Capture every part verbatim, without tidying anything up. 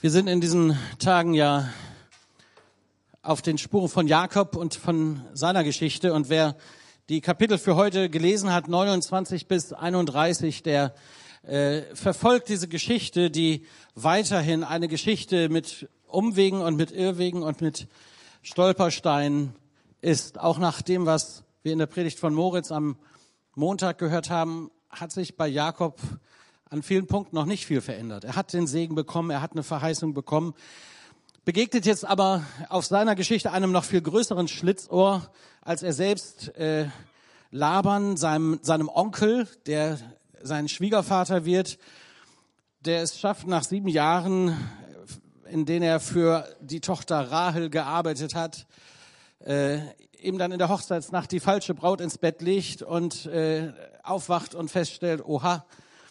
Wir sind in diesen Tagen ja auf den Spuren von Jakob und von seiner Geschichte. Und wer die Kapitel für heute gelesen hat, neunundzwanzig bis einunddreißig, der äh, verfolgt diese Geschichte, die weiterhin eine Geschichte mit Umwegen und mit Irrwegen und mit Stolpersteinen ist. Auch nach dem, was wir in der Predigt von Moritz am Montag gehört haben, hat sich bei Jakob an vielen Punkten noch nicht viel verändert. Er hat den Segen bekommen, er hat eine Verheißung bekommen, begegnet jetzt aber auf seiner Geschichte einem noch viel größeren Schlitzohr, als er selbst äh, Laban, seinem, seinem Onkel, der sein Schwiegervater wird, der es schafft, nach sieben Jahren, in denen er für die Tochter Rahel gearbeitet hat, äh, ihm dann in der Hochzeitsnacht die falsche Braut ins Bett legt und äh, aufwacht und feststellt, oha,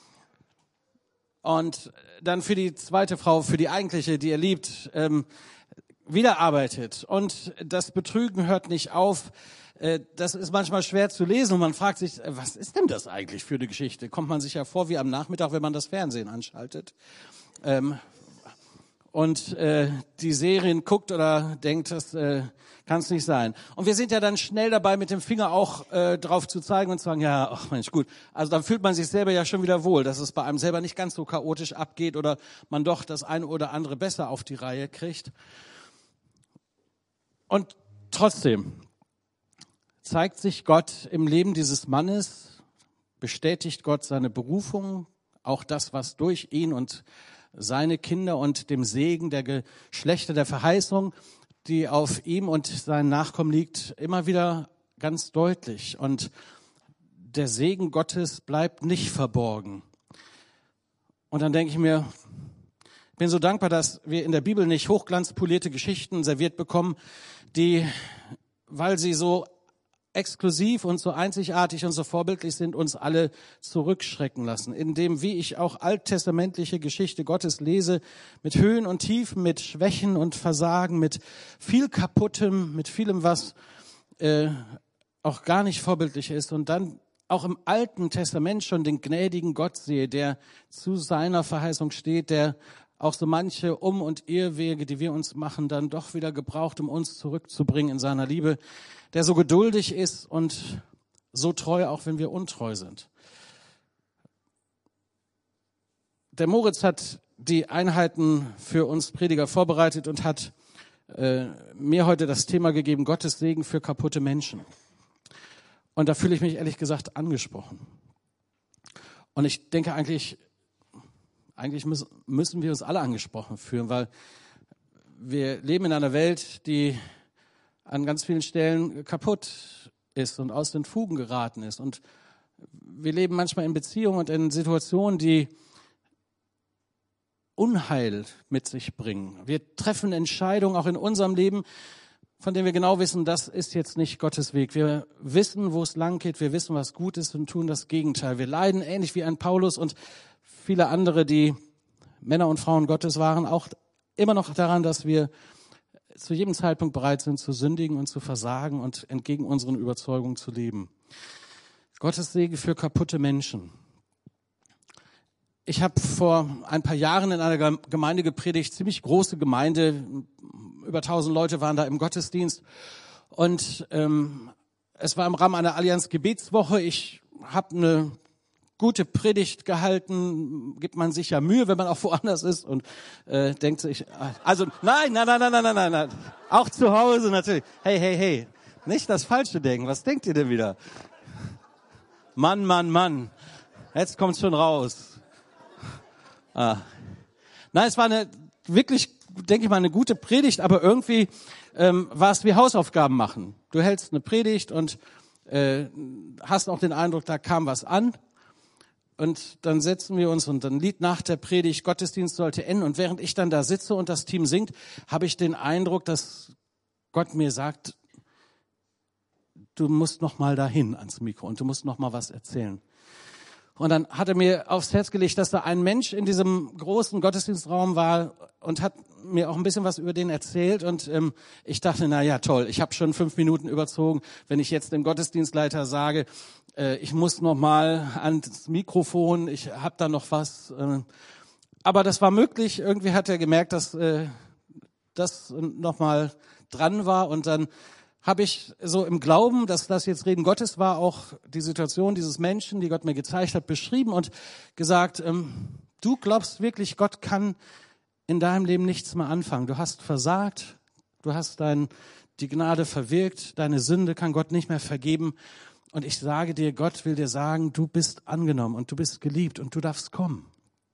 und dann für die zweite Frau, für die eigentliche, die er liebt, ähm, wieder arbeitet. Und das Betrügen hört nicht auf. Äh, das ist manchmal schwer zu lesen und man fragt sich, äh, was ist denn das eigentlich für eine Geschichte? Kommt man sich ja vor wie am Nachmittag, wenn man das Fernsehen anschaltet. Ähm, und äh, die Serien guckt oder denkt, das äh, kann es nicht sein. Und wir sind ja dann schnell dabei, mit dem Finger auch äh, drauf zu zeigen und zu sagen, ja, ach Mensch, gut. Also dann fühlt man sich selber ja schon wieder wohl, dass es bei einem selber nicht ganz so chaotisch abgeht oder man doch das eine oder andere besser auf die Reihe kriegt. Und trotzdem zeigt sich Gott im Leben dieses Mannes, bestätigt Gott seine Berufung, auch das, was durch ihn und seine Kinder und dem Segen der Geschlechter der Verheißung, die auf ihm und seinen Nachkommen liegt, immer wieder ganz deutlich. Und der Segen Gottes bleibt nicht verborgen. Und dann denke ich mir, ich bin so dankbar, dass wir in der Bibel nicht hochglanzpolierte Geschichten serviert bekommen, die, weil sie so exklusiv und so einzigartig und so vorbildlich sind, uns alle zurückschrecken lassen. Indem, wie ich auch alttestamentliche Geschichte Gottes lese, mit Höhen und Tiefen, mit Schwächen und Versagen, mit viel Kaputtem, mit vielem, was äh, auch gar nicht vorbildlich ist. Und dann auch im Alten Testament schon den gnädigen Gott sehe, der zu seiner Verheißung steht, der auch so manche Um- und Irrwege, die wir uns machen, dann doch wieder gebraucht, um uns zurückzubringen in seiner Liebe, der so geduldig ist und so treu, auch wenn wir untreu sind. Der Moritz hat die Einheiten für uns Prediger vorbereitet und hat äh, mir heute das Thema gegeben, Gottes Segen für kaputte Menschen. Und da fühle ich mich ehrlich gesagt angesprochen. Und ich denke eigentlich, eigentlich müssen, müssen wir uns alle angesprochen fühlen, weil wir leben in einer Welt, die an ganz vielen Stellen kaputt ist und aus den Fugen geraten ist. Und wir leben manchmal in Beziehungen und in Situationen, die Unheil mit sich bringen. Wir treffen Entscheidungen auch in unserem Leben, von denen wir genau wissen, das ist jetzt nicht Gottes Weg. Wir wissen, wo es lang geht, wir wissen, was gut ist und tun das Gegenteil. Wir leiden ähnlich wie ein Paulus und viele andere, die Männer und Frauen Gottes waren, auch immer noch daran, dass wir zu jedem Zeitpunkt bereit sind zu sündigen und zu versagen und entgegen unseren Überzeugungen zu leben. Gottes Segen für kaputte Menschen. Ich habe vor ein paar Jahren in einer Gemeinde gepredigt, ziemlich große Gemeinde, über tausend Leute waren da im Gottesdienst und ähm, es war im Rahmen einer Allianz Gebetswoche. Ich habe eine gute Predigt gehalten, gibt man sich ja Mühe, wenn man auch woanders ist und äh, denkt sich, also nein, nein, nein, nein, nein, nein, nein, auch zu Hause natürlich. Hey, hey, hey, nicht das Falsche denken. Was denkt ihr denn wieder? Mann, Mann, Mann, jetzt kommt's schon raus. Ah. Nein, es war eine wirklich, denke ich mal, eine gute Predigt, aber irgendwie ähm, war es wie Hausaufgaben machen. Du hältst eine Predigt und äh, hast auch den Eindruck, da kam was an. Und dann setzen wir uns und ein Lied nach der Predigt, Gottesdienst sollte enden. Und während ich dann da sitze und das Team singt, habe ich den Eindruck, dass Gott mir sagt, du musst noch mal dahin ans Mikro und du musst noch mal was erzählen. Und dann hat er mir aufs Herz gelegt, dass da ein Mensch in diesem großen Gottesdienstraum war und hat mir auch ein bisschen was über den erzählt. Und ähm, ich dachte, na ja, toll, ich habe schon fünf Minuten überzogen. Wenn ich jetzt dem Gottesdienstleiter sage, äh, ich muss noch mal ans Mikrofon, ich habe da noch was. Äh, aber das war möglich. Irgendwie hat er gemerkt, dass äh, das nochmal dran war. Und dann habe ich so im Glauben, dass das jetzt Reden Gottes war, auch die Situation dieses Menschen, die Gott mir gezeigt hat, beschrieben und gesagt, ähm, du glaubst wirklich, Gott kann in deinem Leben nichts mehr anfangen. Du hast versagt, du hast dein, die Gnade verwirkt, deine Sünde kann Gott nicht mehr vergeben. Und ich sage dir, Gott will dir sagen, du bist angenommen und du bist geliebt und du darfst kommen.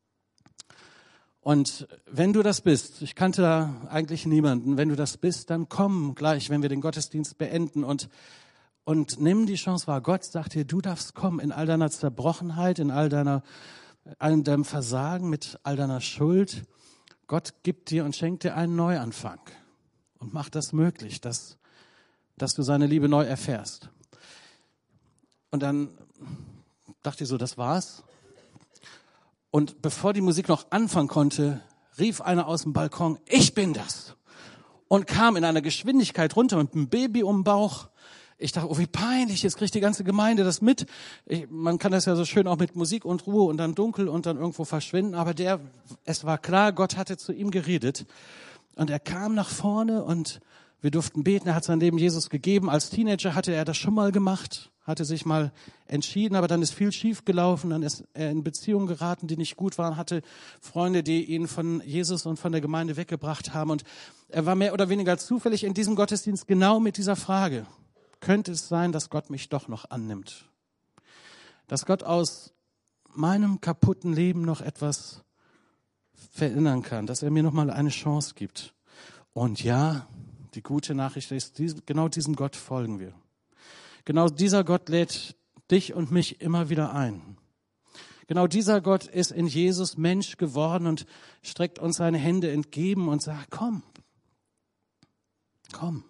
Und wenn du das bist, ich kannte da eigentlich niemanden, wenn du das bist, dann komm gleich, wenn wir den Gottesdienst beenden und, und nimm die Chance wahr. Gott sagt dir, du darfst kommen in all deiner Zerbrochenheit, in all deiner, all deinem Versagen, mit all deiner Schuld. Gott gibt dir und schenkt dir einen Neuanfang und macht das möglich, dass, dass du seine Liebe neu erfährst. Und dann dachte ich so, das war's. Und bevor die Musik noch anfangen konnte, rief einer aus dem Balkon, ich bin das. Und kam in einer Geschwindigkeit runter mit einem Baby um den Bauch. Ich dachte, oh wie peinlich, jetzt kriegt die ganze Gemeinde das mit. Ich, man kann das ja so schön auch mit Musik und Ruhe und dann dunkel und dann irgendwo verschwinden. Aber der, es war klar, Gott hatte zu ihm geredet. Und er kam nach vorne und wir durften beten. Er hat sein Leben Jesus gegeben. Als Teenager hatte er das schon mal gemacht, hatte sich mal entschieden, aber dann ist viel schief gelaufen. Dann ist er in Beziehungen geraten, die nicht gut waren, hatte Freunde, die ihn von Jesus und von der Gemeinde weggebracht haben. Und er war mehr oder weniger zufällig in diesem Gottesdienst genau mit dieser Frage. Könnte es sein, dass Gott mich doch noch annimmt? Dass Gott aus meinem kaputten Leben noch etwas verändern kann, dass er mir noch mal eine Chance gibt. Und ja, die gute Nachricht ist, genau diesem Gott folgen wir. Genau dieser Gott lädt dich und mich immer wieder ein. Genau dieser Gott ist in Jesus Mensch geworden und streckt uns seine Hände entgegen und sagt, komm, komm.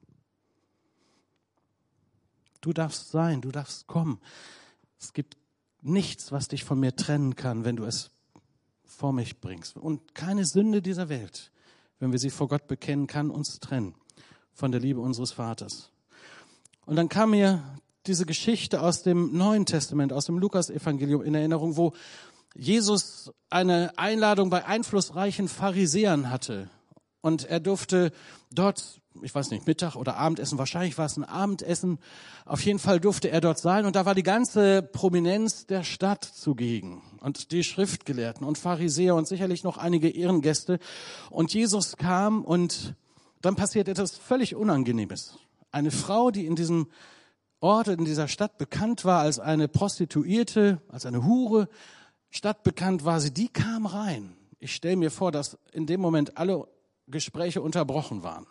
Du darfst sein, du darfst kommen. Es gibt nichts, was dich von mir trennen kann, wenn du es vor mich bringst. Und keine Sünde dieser Welt, wenn wir sie vor Gott bekennen, kann uns trennen von der Liebe unseres Vaters. Und dann kam mir diese Geschichte aus dem Neuen Testament, aus dem Lukas-Evangelium in Erinnerung, wo Jesus eine Einladung bei einflussreichen Pharisäern hatte. Und er durfte dort, ich weiß nicht, Mittag oder Abendessen, wahrscheinlich war es ein Abendessen, auf jeden Fall durfte er dort sein. Und da war die ganze Prominenz der Stadt zugegen. Und die Schriftgelehrten und Pharisäer und sicherlich noch einige Ehrengäste. Und Jesus kam und dann passiert etwas völlig Unangenehmes. Eine Frau, die in diesem Ort, in dieser Stadt bekannt war als eine Prostituierte, als eine Hure, stadtbekannt war sie, die kam rein. Ich stelle mir vor, dass in dem Moment alle Gespräche unterbrochen waren.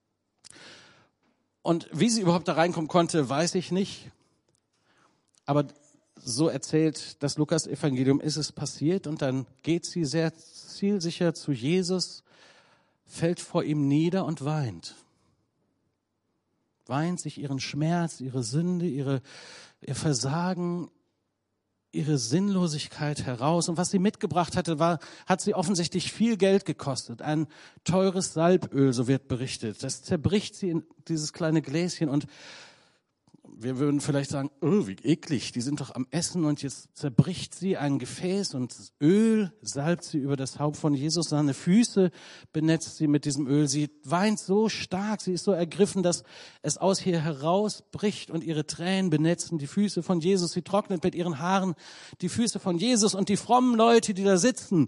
Und wie sie überhaupt da reinkommen konnte, weiß ich nicht. Aber so erzählt das Lukas-Evangelium, ist es passiert. Und dann geht sie sehr zielsicher zu Jesus, fällt vor ihm nieder und weint. Weint sich ihren Schmerz, ihre Sünde, ihre, ihr Versagen, ihre Sinnlosigkeit heraus. Und was sie mitgebracht hatte, war, hat sie offensichtlich viel Geld gekostet. Ein teures Salböl, so wird berichtet. Das zerbricht sie in dieses kleine Gläschen und wir würden vielleicht sagen, oh, wie eklig, die sind doch am Essen und jetzt zerbricht sie ein Gefäß und das Öl salbt sie über das Haupt von Jesus, seine Füße benetzt sie mit diesem Öl. Sie weint so stark, sie ist so ergriffen, dass es aus ihr herausbricht und ihre Tränen benetzen die Füße von Jesus. Sie trocknet mit ihren Haaren die Füße von Jesus und die frommen Leute, die da sitzen,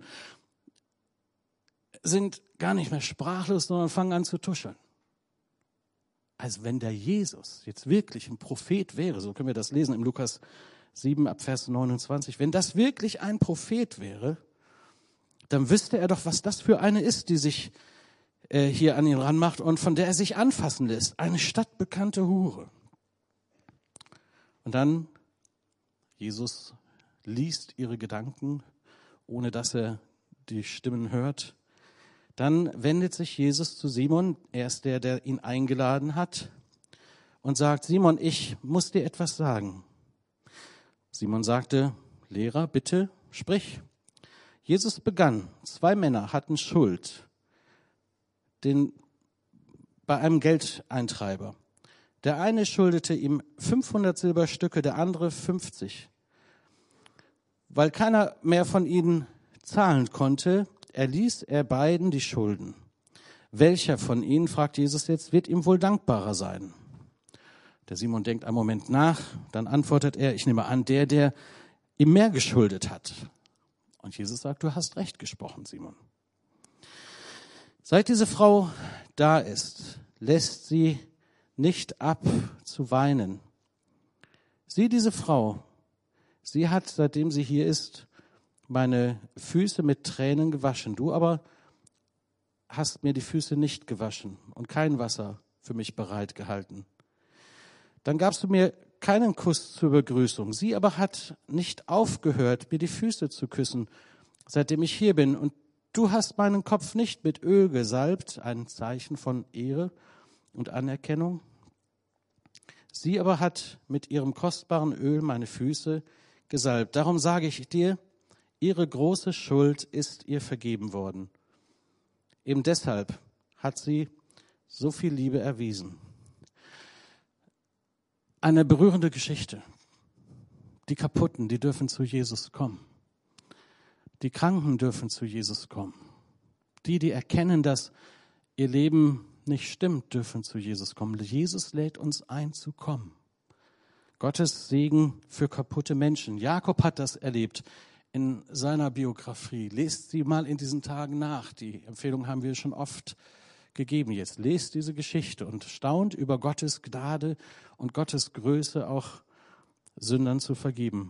sind gar nicht mehr sprachlos, sondern fangen an zu tuscheln. Als wenn der Jesus jetzt wirklich ein Prophet wäre, so können wir das lesen im Lukas sieben ab Vers neunundzwanzig, wenn das wirklich ein Prophet wäre, dann wüsste er doch, was das für eine ist, die sich äh, hier an ihn ranmacht und von der er sich anfassen lässt. Eine stadtbekannte Hure. Und dann, Jesus liest ihre Gedanken, ohne dass er die Stimmen hört. Dann wendet sich Jesus zu Simon, er ist der, der ihn eingeladen hat, und sagt, Simon, ich muss dir etwas sagen. Simon sagte, Lehrer, bitte, sprich. Jesus begann, zwei Männer hatten Schuld den, bei einem Geldeintreiber. Der eine schuldete ihm fünfhundert Silberstücke, der andere fünfzig. Weil keiner mehr von ihnen zahlen konnte, erließ er beiden die Schulden. Welcher von ihnen, fragt Jesus jetzt, wird ihm wohl dankbarer sein? Der Simon denkt einen Moment nach, dann antwortet er, ich nehme an, der, der ihm mehr geschuldet hat. Und Jesus sagt, du hast recht gesprochen, Simon. Seit diese Frau da ist, lässt sie nicht ab zu weinen. Sie, diese Frau, sie hat, seitdem sie hier ist, meine Füße mit Tränen gewaschen. Du aber hast mir die Füße nicht gewaschen und kein Wasser für mich bereit gehalten. Dann gabst du mir keinen Kuss zur Begrüßung. Sie aber hat nicht aufgehört, mir die Füße zu küssen, seitdem ich hier bin. Und du hast meinen Kopf nicht mit Öl gesalbt, ein Zeichen von Ehre und Anerkennung. Sie aber hat mit ihrem kostbaren Öl meine Füße gesalbt. Darum sage ich dir, ihre große Schuld ist ihr vergeben worden. Eben deshalb hat sie so viel Liebe erwiesen. Eine berührende Geschichte. Die Kaputten, die dürfen zu Jesus kommen. Die Kranken dürfen zu Jesus kommen. Die, die erkennen, dass ihr Leben nicht stimmt, dürfen zu Jesus kommen. Jesus lädt uns ein, zu kommen. Gottes Segen für kaputte Menschen. Jakob hat das erlebt in seiner Biografie. Lest sie mal in diesen Tagen nach. Die Empfehlung haben wir schon oft gegeben jetzt. Lest diese Geschichte und staunt über Gottes Gnade und Gottes Größe, auch Sündern zu vergeben.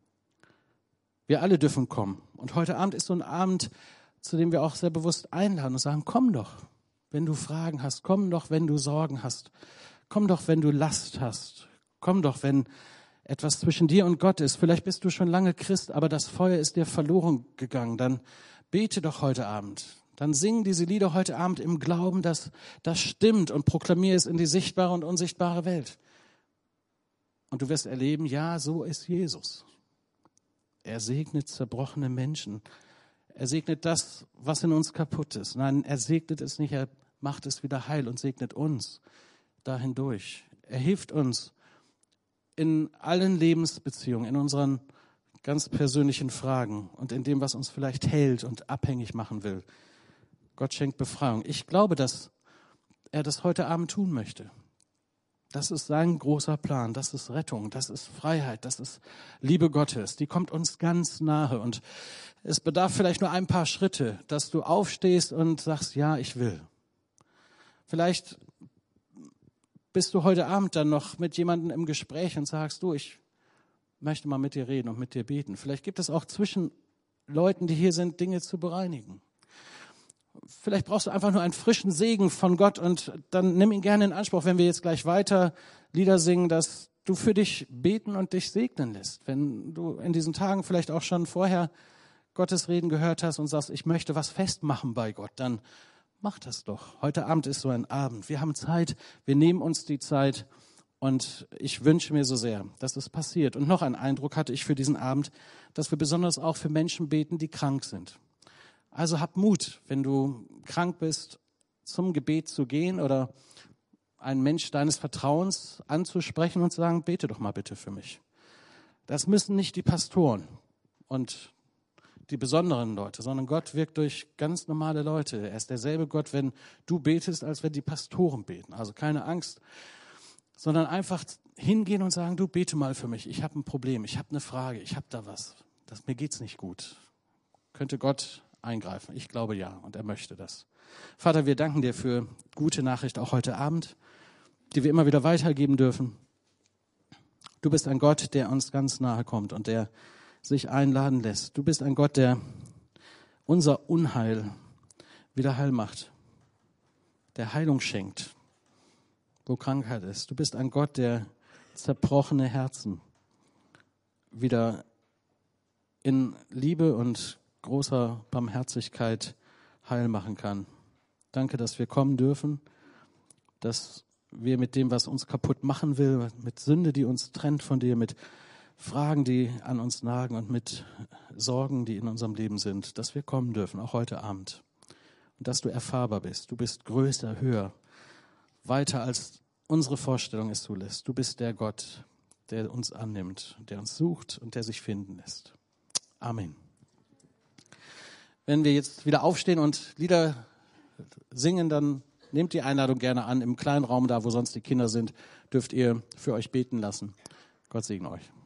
Wir alle dürfen kommen. Und heute Abend ist so ein Abend, zu dem wir auch sehr bewusst einladen und sagen, komm doch, wenn du Fragen hast. Komm doch, wenn du Sorgen hast. Komm doch, wenn du Last hast. Komm doch, wenn etwas zwischen dir und Gott ist. Vielleicht bist du schon lange Christ, aber das Feuer ist dir verloren gegangen. Dann bete doch heute Abend. Dann sing diese Lieder heute Abend im Glauben, dass das stimmt, und proklamiere es in die sichtbare und unsichtbare Welt. Und du wirst erleben, ja, so ist Jesus. Er segnet zerbrochene Menschen. Er segnet das, was in uns kaputt ist. Nein, er segnet es nicht, er macht es wieder heil und segnet uns da hindurch. Er hilft uns in allen Lebensbeziehungen, in unseren ganz persönlichen Fragen und in dem, was uns vielleicht hält und abhängig machen will. Gott schenkt Befreiung. Ich glaube, dass er das heute Abend tun möchte. Das ist sein großer Plan. Das ist Rettung. Das ist Freiheit. Das ist Liebe Gottes. Die kommt uns ganz nahe. Und es bedarf vielleicht nur ein paar Schritte, dass du aufstehst und sagst, ja, ich will. Vielleicht bist du heute Abend dann noch mit jemandem im Gespräch und sagst, du, ich möchte mal mit dir reden und mit dir beten. Vielleicht gibt es auch zwischen Leuten, die hier sind, Dinge zu bereinigen. Vielleicht brauchst du einfach nur einen frischen Segen von Gott, und dann nimm ihn gerne in Anspruch, wenn wir jetzt gleich weiter Lieder singen, dass du für dich beten und dich segnen lässt. Wenn du in diesen Tagen vielleicht auch schon vorher Gottes Reden gehört hast und sagst, ich möchte was festmachen bei Gott, dann mach das doch. Heute Abend ist so ein Abend. Wir haben Zeit, wir nehmen uns die Zeit, und ich wünsche mir so sehr, dass es passiert. Und noch einen Eindruck hatte ich für diesen Abend, dass wir besonders auch für Menschen beten, die krank sind. Also hab Mut, wenn du krank bist, zum Gebet zu gehen oder einen Mensch deines Vertrauens anzusprechen und zu sagen, bete doch mal bitte für mich. Das müssen nicht die Pastoren und die besonderen Leute, sondern Gott wirkt durch ganz normale Leute. Er ist derselbe Gott, wenn du betest, als wenn die Pastoren beten. Also keine Angst, sondern einfach hingehen und sagen, du bete mal für mich. Ich habe ein Problem, ich habe eine Frage, ich habe da was. Das, mir geht's nicht gut. Könnte Gott eingreifen? Ich glaube ja, und er möchte das. Vater, wir danken dir für gute Nachricht auch heute Abend, die wir immer wieder weitergeben dürfen. Du bist ein Gott, der uns ganz nahe kommt und der sich einladen lässt. Du bist ein Gott, der unser Unheil wieder heil macht, der Heilung schenkt, wo Krankheit ist. Du bist ein Gott, der zerbrochene Herzen wieder in Liebe und großer Barmherzigkeit heil machen kann. Danke, dass wir kommen dürfen, dass wir mit dem, was uns kaputt machen will, mit Sünde, die uns trennt von dir, mit Fragen, die an uns nagen und mit Sorgen, die in unserem Leben sind, dass wir kommen dürfen, auch heute Abend. Und dass du erfahrbar bist. Du bist größer, höher, weiter als unsere Vorstellung es zulässt. Du bist der Gott, der uns annimmt, der uns sucht und der sich finden lässt. Amen. wenn wir jetzt wieder aufstehen und Lieder singen, dann nehmt die Einladung gerne an. Im kleinen Raum da, wo sonst die Kinder sind, dürft ihr für euch beten lassen. Gott segne euch.